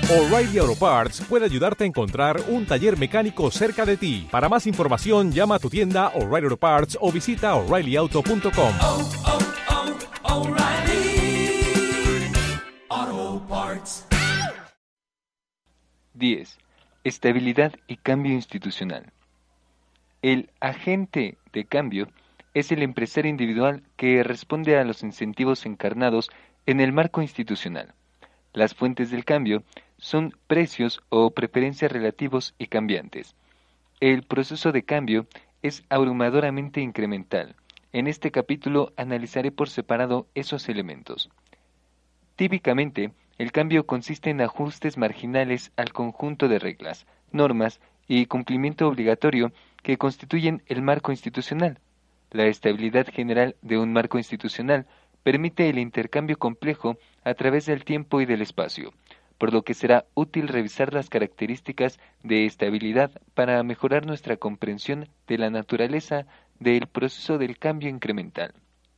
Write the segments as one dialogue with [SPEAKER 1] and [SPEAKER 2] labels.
[SPEAKER 1] O'Reilly Auto Parts puede ayudarte a encontrar un taller mecánico cerca de ti. Para más información, llama a tu tienda O'Reilly Auto Parts o visita O'ReillyAuto.com.
[SPEAKER 2] O'Reilly Auto Parts.
[SPEAKER 3] 10. Estabilidad y cambio institucional. El agente de cambio es el empresario individual que responde a los incentivos encarnados en el marco institucional. Las fuentes del cambio son precios o preferencias relativos y cambiantes. El proceso de cambio es abrumadoramente incremental. En este capítulo analizaré por separado esos elementos. Típicamente, el cambio consiste en ajustes marginales al conjunto de reglas, normas y cumplimiento obligatorio que constituyen el marco institucional. La estabilidad general de un marco institucional permite el intercambio complejo a través del tiempo y del espacio, por lo que será útil revisar las características de estabilidad para mejorar nuestra comprensión de la naturaleza del proceso del cambio incremental.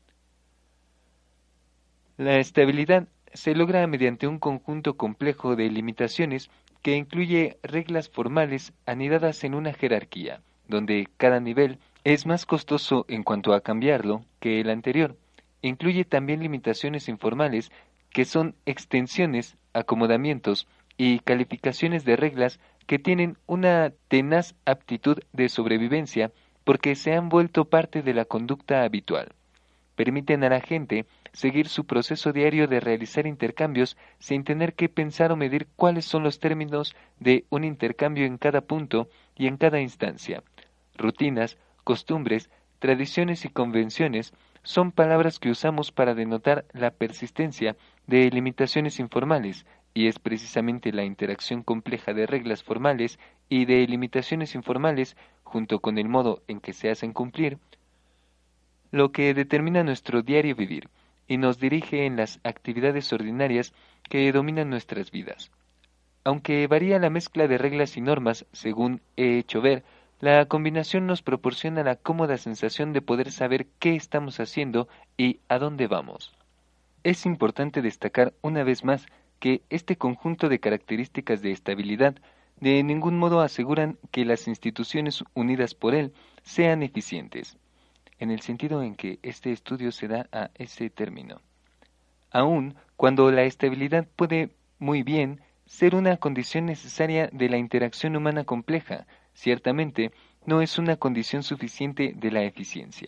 [SPEAKER 3] La estabilidad se logra mediante un conjunto complejo de limitaciones que incluye reglas formales anidadas en una jerarquía, donde cada nivel es más costoso en cuanto a cambiarlo que el anterior. Incluye también limitaciones informales que son extensiones, acomodamientos y calificaciones de reglas que tienen una tenaz aptitud de sobrevivencia porque se han vuelto parte de la conducta habitual. Permiten a la gente seguir su proceso diario de realizar intercambios sin tener que pensar o medir cuáles son los términos de un intercambio en cada punto y en cada instancia. Rutinas, costumbres, tradiciones y convenciones son palabras que usamos para denotar la persistencia de limitaciones informales, y es precisamente la interacción compleja de reglas formales y de limitaciones informales, junto con el modo en que se hacen cumplir, lo que determina nuestro diario vivir y nos dirige en las actividades ordinarias que dominan nuestras vidas. Aunque varía la mezcla de reglas y normas según he hecho ver, la combinación nos proporciona la cómoda sensación de poder saber qué estamos haciendo y a dónde vamos. Es importante destacar una vez más que este conjunto de características de estabilidad de ningún modo aseguran que las instituciones unidas por él sean eficientes, en el sentido en que este estudio se da a ese término. Aun cuando la estabilidad puede muy bien ser una condición necesaria de la interacción humana compleja, ciertamente no es una condición suficiente de la eficiencia.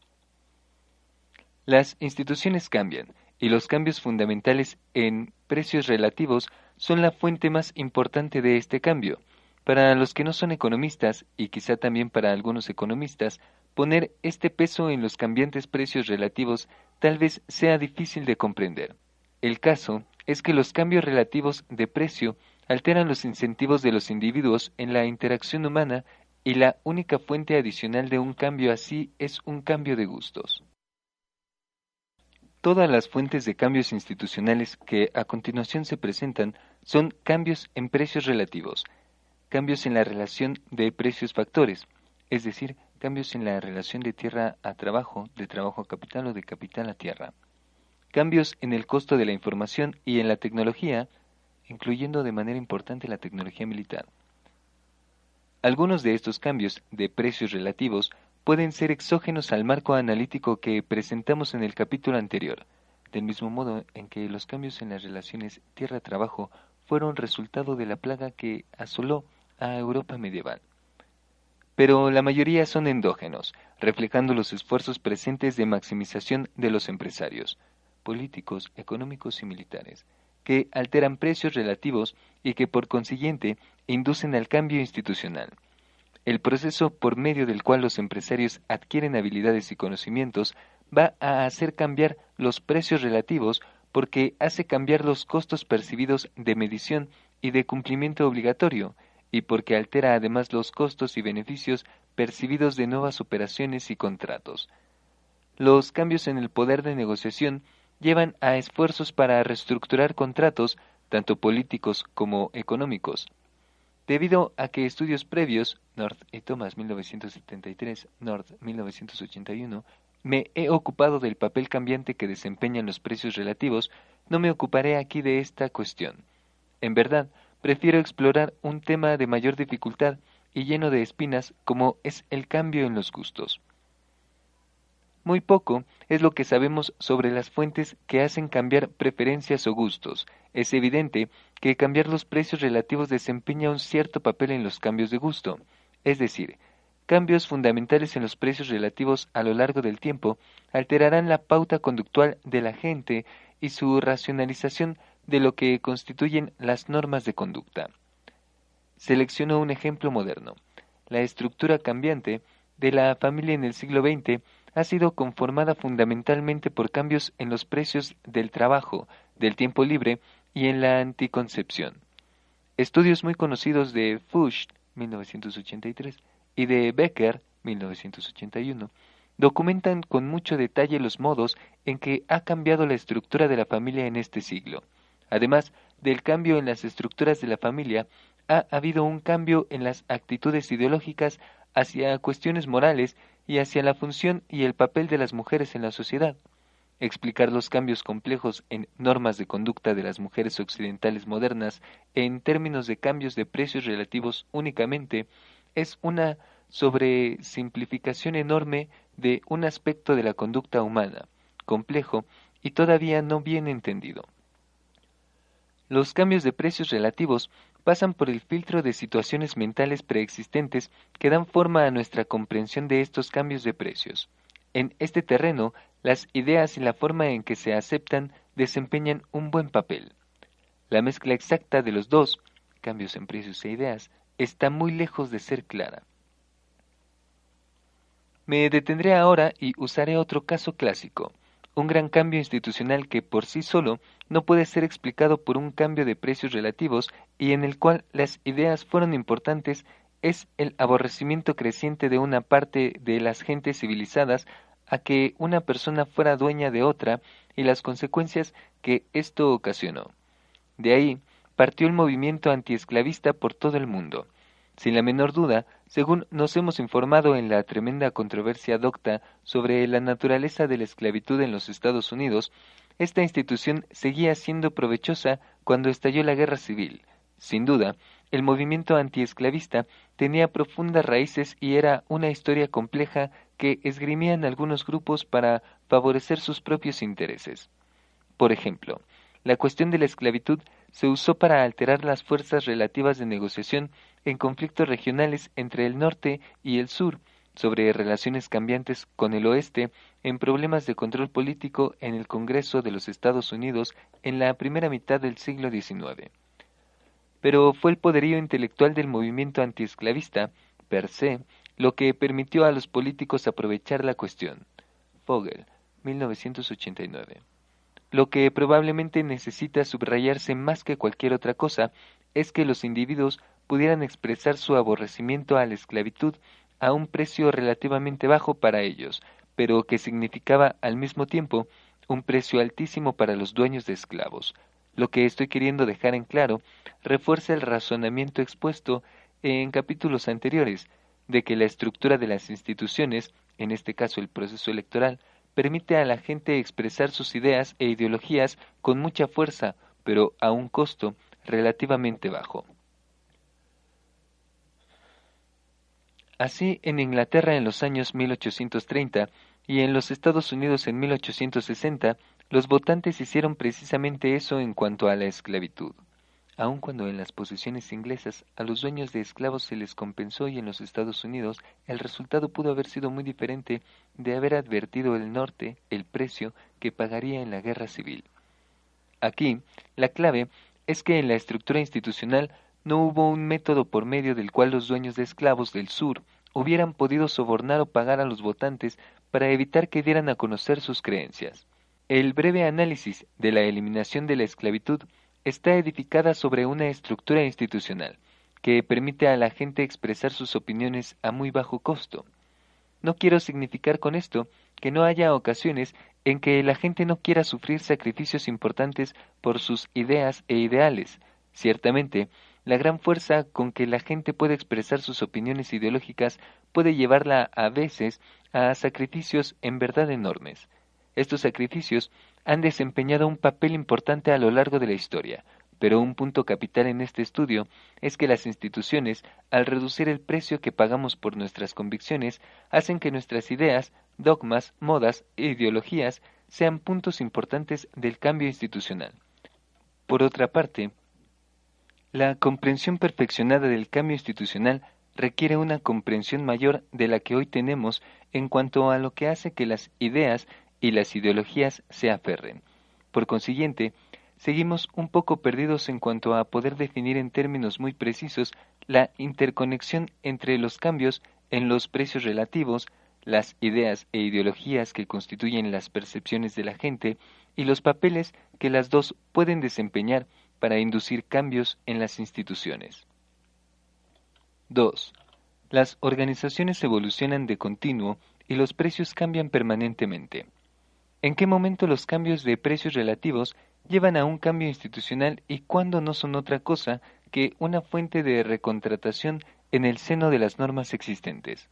[SPEAKER 3] Las instituciones cambian, y los cambios fundamentales en precios relativos son la fuente más importante de este cambio. Para los que no son economistas, y quizá también para algunos economistas, poner este peso en los cambiantes precios relativos tal vez sea difícil de comprender. El caso es que los cambios relativos de precio alteran los incentivos de los individuos en la interacción humana y la única fuente adicional de un cambio así es un cambio de gustos. Todas las fuentes de cambios institucionales que a continuación se presentan son cambios en precios relativos, cambios en la relación de precios-factores, es decir, cambios en la relación de tierra a trabajo, de trabajo a capital o de capital a tierra, cambios en el costo de la información y en la tecnología, incluyendo de manera importante la tecnología militar. Algunos de estos cambios de precios relativos pueden ser exógenos al marco analítico que presentamos en el capítulo anterior, del mismo modo en que los cambios en las relaciones tierra-trabajo fueron resultado de la plaga que asoló a Europa medieval. Pero la mayoría son endógenos, reflejando los esfuerzos presentes de maximización de los empresarios, políticos, económicos y militares, que alteran precios relativos y que por consiguiente inducen al cambio institucional. El proceso por medio del cual los empresarios adquieren habilidades y conocimientos va a hacer cambiar los precios relativos porque hace cambiar los costos percibidos de medición y de cumplimiento obligatorio, y porque altera además los costos y beneficios percibidos de nuevas operaciones y contratos. Los cambios en el poder de negociación llevan a esfuerzos para reestructurar contratos, tanto políticos como económicos. Debido a que estudios previos, North y Thomas 1973, North 1981, me he ocupado del papel cambiante que desempeñan los precios relativos, no me ocuparé aquí de esta cuestión. En verdad, prefiero explorar un tema de mayor dificultad y lleno de espinas como es el cambio en los gustos. Muy poco es lo que sabemos sobre las fuentes que hacen cambiar preferencias o gustos. Es evidente que cambiar los precios relativos desempeña un cierto papel en los cambios de gusto, es decir, cambios fundamentales en los precios relativos a lo largo del tiempo alterarán la pauta conductual de la gente y su racionalización de lo que constituyen las normas de conducta. Selecciono un ejemplo moderno. La estructura cambiante de la familia en el siglo XX ha sido conformada fundamentalmente por cambios en los precios del trabajo, del tiempo libre y en la anticoncepción. Estudios muy conocidos de Fuchs, 1983, y de Becker, 1981, documentan con mucho detalle los modos en que ha cambiado la estructura de la familia en este siglo. Además del cambio en las estructuras de la familia, ha habido un cambio en las actitudes ideológicas hacia cuestiones morales y hacia la función y el papel de las mujeres en la sociedad. Explicar los cambios complejos en normas de conducta de las mujeres occidentales modernas en términos de cambios de precios relativos únicamente es una sobresimplificación enorme de un aspecto de la conducta humana, complejo y todavía no bien entendido. Los cambios de precios relativos pasan por el filtro de situaciones mentales preexistentes que dan forma a nuestra comprensión de estos cambios de precios. En este terreno, las ideas y la forma en que se aceptan desempeñan un buen papel. La mezcla exacta de los dos, cambios en precios e ideas, está muy lejos de ser clara. Me detendré ahora y usaré otro caso clásico, un gran cambio institucional que por sí solo no puede ser explicado por un cambio de precios relativos y en el cual las ideas fueron importantes, es el aborrecimiento creciente de una parte de las gentes civilizadas a que una persona fuera dueña de otra y las consecuencias que esto ocasionó. De ahí partió el movimiento antiesclavista por todo el mundo. Sin la menor duda, según nos hemos informado en la tremenda controversia docta sobre la naturaleza de la esclavitud en los Estados Unidos, esta institución seguía siendo provechosa cuando estalló la guerra civil. Sin duda, el movimiento antiesclavista tenía profundas raíces y era una historia compleja que esgrimían algunos grupos para favorecer sus propios intereses. Por ejemplo, la cuestión de la esclavitud se usó para alterar las fuerzas relativas de negociación en conflictos regionales entre el norte y el sur, sobre relaciones cambiantes con el oeste, en problemas de control político en el Congreso de los Estados Unidos en la primera mitad del siglo XIX. Pero fue el poderío intelectual del movimiento antiesclavista, per se, lo que permitió a los políticos aprovechar la cuestión. Fogel, 1989. Lo que probablemente necesita subrayarse más que cualquier otra cosa es que los individuos pudieran expresar su aborrecimiento a la esclavitud a un precio relativamente bajo para ellos, pero que significaba al mismo tiempo un precio altísimo para los dueños de esclavos. Lo que estoy queriendo dejar en claro refuerza el razonamiento expuesto en capítulos anteriores, de que la estructura de las instituciones, en este caso el proceso electoral, permite a la gente expresar sus ideas e ideologías con mucha fuerza, pero a un costo relativamente bajo. Así, en Inglaterra en los años 1830 y en los Estados Unidos en 1860, los votantes hicieron precisamente eso en cuanto a la esclavitud. Aun cuando en las posesiones inglesas a los dueños de esclavos se les compensó y en los Estados Unidos el resultado pudo haber sido muy diferente de haber advertido el norte el precio que pagaría en la guerra civil. Aquí, la clave es que en la estructura institucional no hubo un método por medio del cual los dueños de esclavos del sur hubieran podido sobornar o pagar a los votantes para evitar que dieran a conocer sus creencias. El breve análisis de la eliminación de la esclavitud está edificada sobre una estructura institucional que permite a la gente expresar sus opiniones a muy bajo costo. No quiero significar con esto que no haya ocasiones en que la gente no quiera sufrir sacrificios importantes por sus ideas e ideales. Ciertamente, la gran fuerza con que la gente puede expresar sus opiniones ideológicas puede llevarla a veces a sacrificios en verdad enormes. Estos sacrificios han desempeñado un papel importante a lo largo de la historia, pero un punto capital en este estudio es que las instituciones, al reducir el precio que pagamos por nuestras convicciones, hacen que nuestras ideas, dogmas, modas e ideologías sean puntos importantes del cambio institucional. Por otra parte, la comprensión perfeccionada del cambio institucional requiere una comprensión mayor de la que hoy tenemos en cuanto a lo que hace que las ideas y las ideologías se aferren. Por consiguiente, seguimos un poco perdidos en cuanto a poder definir en términos muy precisos la interconexión entre los cambios en los precios relativos, las ideas e ideologías que constituyen las percepciones de la gente y los papeles que las dos pueden desempeñar para inducir cambios en las instituciones. 2. Las organizaciones evolucionan de continuo y los precios cambian permanentemente. ¿En qué momento los cambios de precios relativos llevan a un cambio institucional y cuándo no son otra cosa que una fuente de recontratación en el seno de las normas existentes?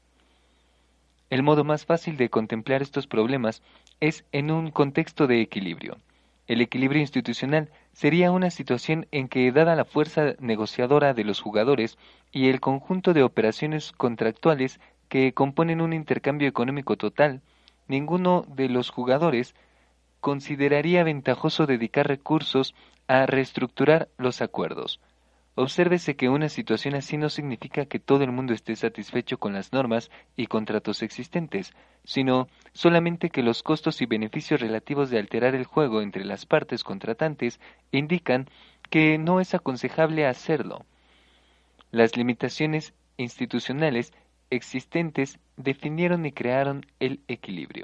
[SPEAKER 3] El modo más fácil de contemplar estos problemas es en un contexto de equilibrio. El equilibrio institucional sería una situación en que, dada la fuerza negociadora de los jugadores y el conjunto de operaciones contractuales que componen un intercambio económico total, ninguno de los jugadores consideraría ventajoso dedicar recursos a reestructurar los acuerdos. Obsérvese que una situación así no significa que todo el mundo esté satisfecho con las normas y contratos existentes, sino solamente que los costos y beneficios relativos de alterar el juego entre las partes contratantes indican que no es aconsejable hacerlo. Las limitaciones institucionales existentes definieron y crearon el equilibrio.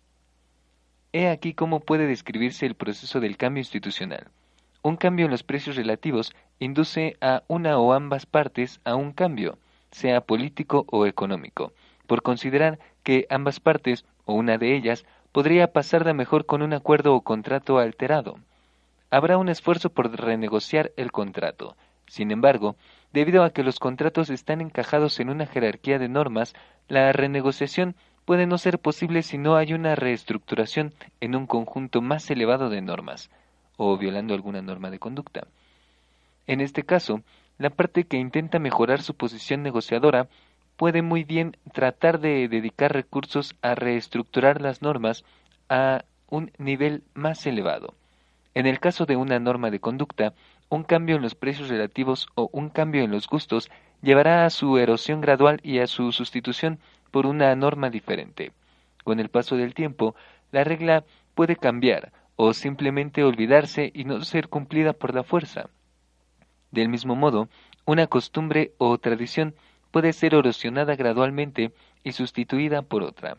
[SPEAKER 3] He aquí cómo puede describirse el proceso del cambio institucional. Un cambio en los precios relativos induce a una o ambas partes a un cambio, sea político o económico, por considerar que ambas partes, o una de ellas, podría pasarla mejor con un acuerdo o contrato alterado. Habrá un esfuerzo por renegociar el contrato. Sin embargo, debido a que los contratos están encajados en una jerarquía de normas, la renegociación puede no ser posible si no hay una reestructuración en un conjunto más elevado de normas, o violando alguna norma de conducta. En este caso, la parte que intenta mejorar su posición negociadora puede muy bien tratar de dedicar recursos a reestructurar las normas a un nivel más elevado. En el caso de una norma de conducta, un cambio en los precios relativos o un cambio en los gustos llevará a su erosión gradual y a su sustitución por una norma diferente. Con el paso del tiempo, la regla puede cambiar o simplemente olvidarse y no ser cumplida por la fuerza. Del mismo modo, una costumbre o tradición puede ser erosionada gradualmente y sustituida por otra.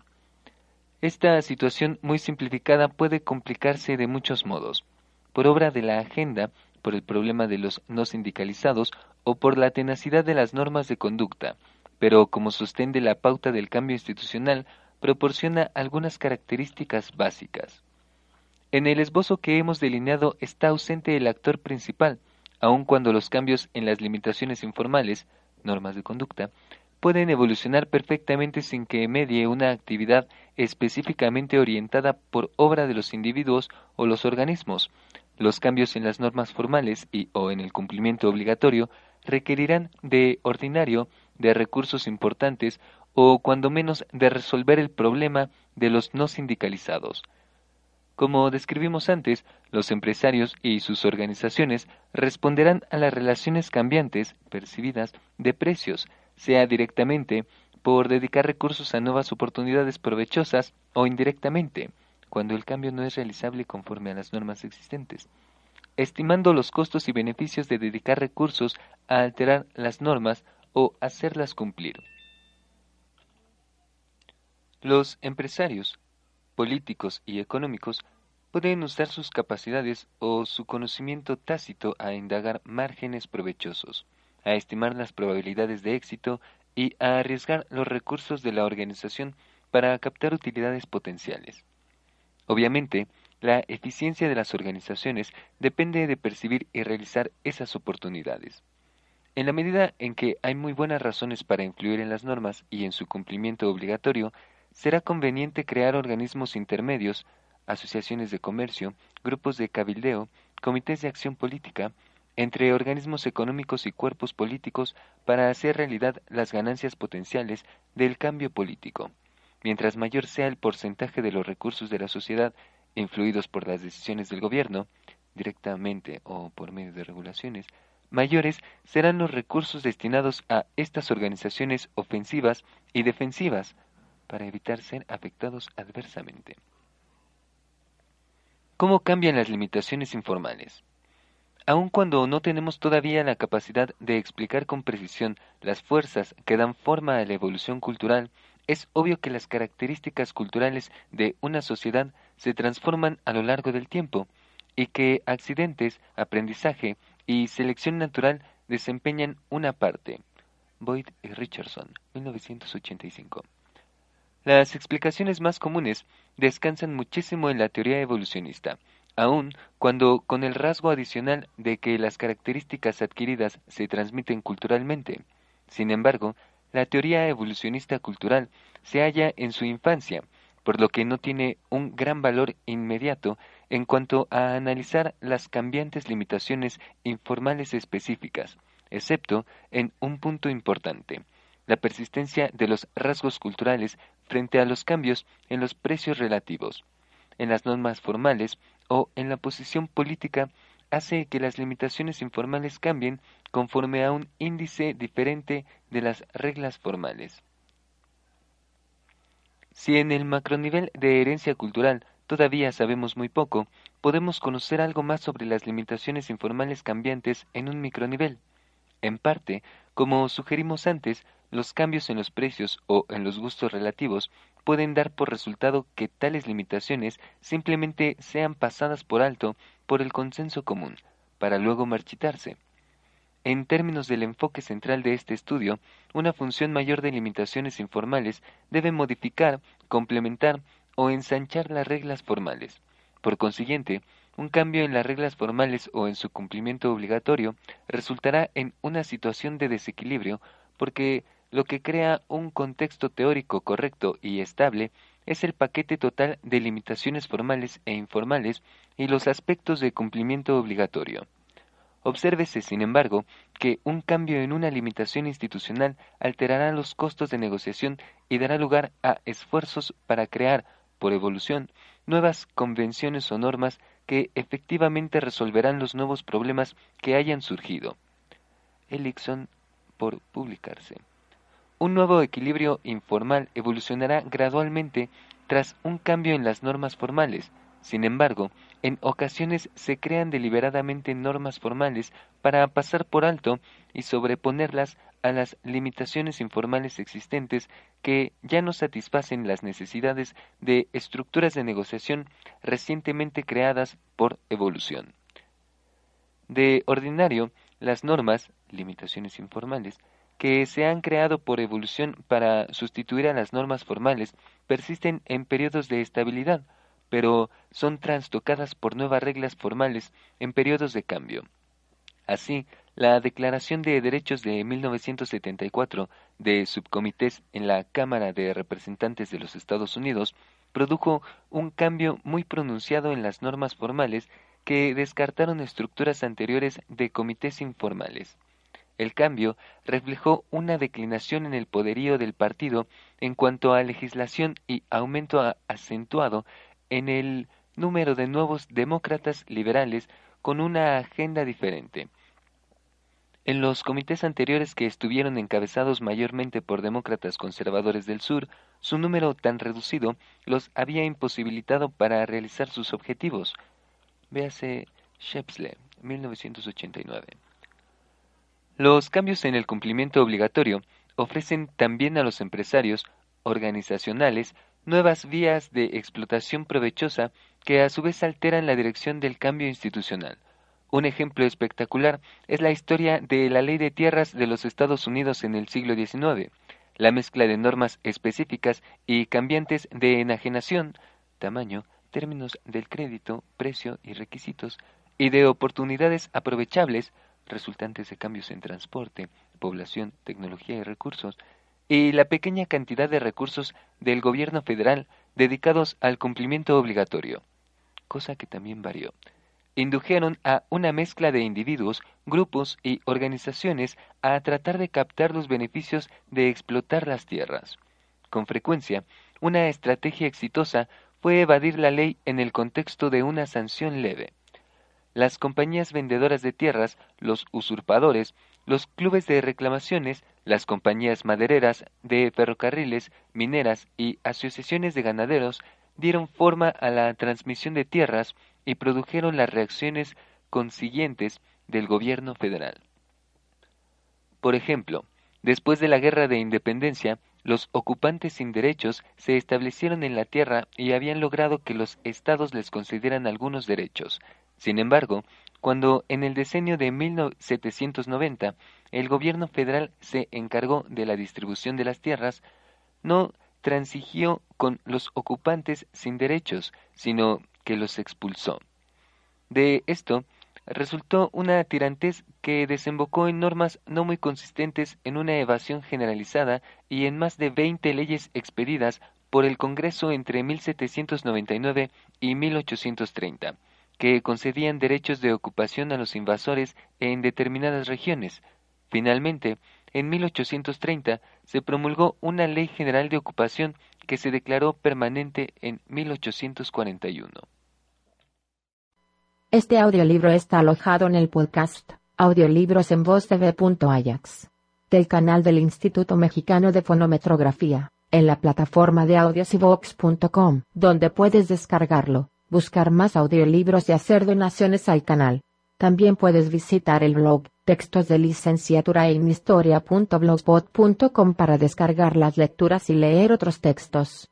[SPEAKER 3] Esta situación muy simplificada puede complicarse de muchos modos, por obra de la agenda, por el problema de los no sindicalizados o por la tenacidad de las normas de conducta, pero como sostén de la pauta del cambio institucional, proporciona algunas características básicas. En el esbozo que hemos delineado está ausente el actor principal, aun cuando los cambios en las limitaciones informales, normas de conducta, pueden evolucionar perfectamente sin que medie una actividad específicamente orientada por obra de los individuos o los organismos. Los cambios en las normas formales o en el cumplimiento obligatorio requerirán de ordinario de recursos importantes o cuando menos de resolver el problema de los no sindicalizados. Como describimos antes, los empresarios y sus organizaciones responderán a las relaciones cambiantes, percibidas, de precios, sea directamente por dedicar recursos a nuevas oportunidades provechosas o indirectamente, cuando el cambio no es realizable conforme a las normas existentes, estimando los costos y beneficios de dedicar recursos a alterar las normas o hacerlas cumplir. Los empresarios, políticos y económicos pueden usar sus capacidades o su conocimiento tácito a indagar márgenes provechosos, a estimar las probabilidades de éxito y a arriesgar los recursos de la organización para captar utilidades potenciales. Obviamente, la eficiencia de las organizaciones depende de percibir y realizar esas oportunidades. En la medida en que hay muy buenas razones para influir en las normas y en su cumplimiento obligatorio, será conveniente crear organismos intermedios, asociaciones de comercio, grupos de cabildeo, comités de acción política, entre organismos económicos y cuerpos políticos para hacer realidad las ganancias potenciales del cambio político. Mientras mayor sea el porcentaje de los recursos de la sociedad influidos por las decisiones del gobierno, directamente o por medio de regulaciones, mayores serán los recursos destinados a estas organizaciones ofensivas y defensivas para evitar ser afectados adversamente. ¿Cómo cambian las limitaciones informales? Aun cuando no tenemos todavía la capacidad de explicar con precisión las fuerzas que dan forma a la evolución cultural, es obvio que las características culturales de una sociedad se transforman a lo largo del tiempo, y que accidentes, aprendizaje y selección natural desempeñan una parte. Boyd y Richardson, 1985. Las explicaciones más comunes descansan muchísimo en la teoría evolucionista, aun cuando con el rasgo adicional de que las características adquiridas se transmiten culturalmente. Sin embargo, la teoría evolucionista cultural se halla en su infancia, por lo que no tiene un gran valor inmediato en cuanto a analizar las cambiantes limitaciones informales específicas, excepto en un punto importante: la persistencia de los rasgos culturales frente a los cambios en los precios relativos, en las normas formales o en la posición política, hace que las limitaciones informales cambien conforme a un índice diferente de las reglas formales. Si en el macronivel de herencia cultural todavía sabemos muy poco, podemos conocer algo más sobre las limitaciones informales cambiantes en un micronivel. En parte, como sugerimos antes, los cambios en los precios o en los gustos relativos pueden dar por resultado que tales limitaciones simplemente sean pasadas por alto por el consenso común, para luego marchitarse. En términos del enfoque central de este estudio, una función mayor de limitaciones informales debe modificar, complementar o ensanchar las reglas formales. Por consiguiente, un cambio en las reglas formales o en su cumplimiento obligatorio resultará en una situación de desequilibrio, porque lo que crea un contexto teórico correcto y estable es el paquete total de limitaciones formales e informales y los aspectos de cumplimiento obligatorio. Obsérvese, sin embargo, que un cambio en una limitación institucional alterará los costos de negociación y dará lugar a esfuerzos para crear, por evolución, nuevas convenciones o normas que efectivamente resolverán los nuevos problemas que hayan surgido. Ellickson, por publicarse. Un nuevo equilibrio informal evolucionará gradualmente tras un cambio en las normas formales. Sin embargo, en ocasiones se crean deliberadamente normas formales para pasar por alto y sobreponerlas a las limitaciones informales existentes que ya no satisfacen las necesidades de estructuras de negociación recientemente creadas por evolución. De ordinario, las normas, limitaciones informales, que se han creado por evolución para sustituir a las normas formales, persisten en periodos de estabilidad, pero son trastocadas por nuevas reglas formales en periodos de cambio. Así, la Declaración de Derechos de 1974 de subcomités en la Cámara de Representantes de los Estados Unidos produjo un cambio muy pronunciado en las normas formales que descartaron estructuras anteriores de comités informales. El cambio reflejó una declinación en el poderío del partido en cuanto a legislación y aumento acentuado en el número de nuevos demócratas liberales con una agenda diferente. En los comités anteriores, que estuvieron encabezados mayormente por demócratas conservadores del sur, su número tan reducido los había imposibilitado para realizar sus objetivos. Véase Shepsle, 1989. Los cambios en el cumplimiento obligatorio ofrecen también a los empresarios organizacionales nuevas vías de explotación provechosa que a su vez alteran la dirección del cambio institucional. Un ejemplo espectacular es la historia de la Ley de Tierras de los Estados Unidos en el siglo XIX. La mezcla de normas específicas y cambiantes de enajenación, tamaño, términos del crédito, precio y requisitos, y de oportunidades aprovechables, resultantes de cambios en transporte, población, tecnología y recursos, y la pequeña cantidad de recursos del gobierno federal dedicados al cumplimiento obligatorio, cosa que también varió. indujeron a una mezcla de individuos, grupos y organizaciones a tratar de captar los beneficios de explotar las tierras. Con frecuencia, una estrategia exitosa fue evadir la ley en el contexto de una sanción leve. Las compañías vendedoras de tierras, los usurpadores, los clubes de reclamaciones, las compañías madereras, de ferrocarriles, mineras y asociaciones de ganaderos dieron forma a la transmisión de tierras y produjeron las reacciones consiguientes del gobierno federal. Por ejemplo, después de la Guerra de Independencia, los ocupantes sin derechos se establecieron en la tierra y habían logrado que los estados les concedieran algunos derechos. Sin embargo, cuando en el decenio de 1790 el gobierno federal se encargó de la distribución de las tierras, no transigió con los ocupantes sin derechos, sino que los expulsó. De esto resultó una tirantez que desembocó en normas no muy consistentes, en una evasión generalizada y en más de 20 leyes expedidas por el Congreso entre 1799 y 1830, que concedían derechos de ocupación a los invasores en determinadas regiones. Finalmente, en 1830 se promulgó una ley general de ocupación que se declaró permanente en 1841.
[SPEAKER 4] Este audiolibro está alojado en el podcast Audiolibros en Voz de V.Ajax del canal del Instituto Mexicano de Fonometrografía, en la plataforma de audiosivox.com, donde puedes descargarlo, buscar más audiolibros y hacer donaciones al canal. También puedes visitar el blog Textos de Licenciatura en Historia.blogspot.com para descargar las lecturas y leer otros textos.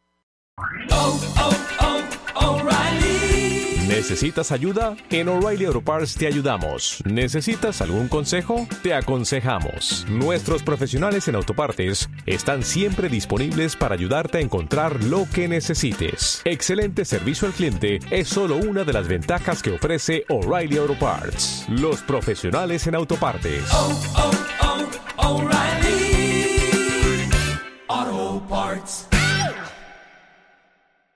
[SPEAKER 1] ¿Necesitas ayuda? En O'Reilly Auto Parts te ayudamos. ¿Necesitas algún consejo? Te aconsejamos. Nuestros profesionales en autopartes están siempre disponibles para ayudarte a encontrar lo que necesites. Excelente servicio al cliente es solo una de las ventajas que ofrece O'Reilly Auto Parts. Los profesionales en autopartes.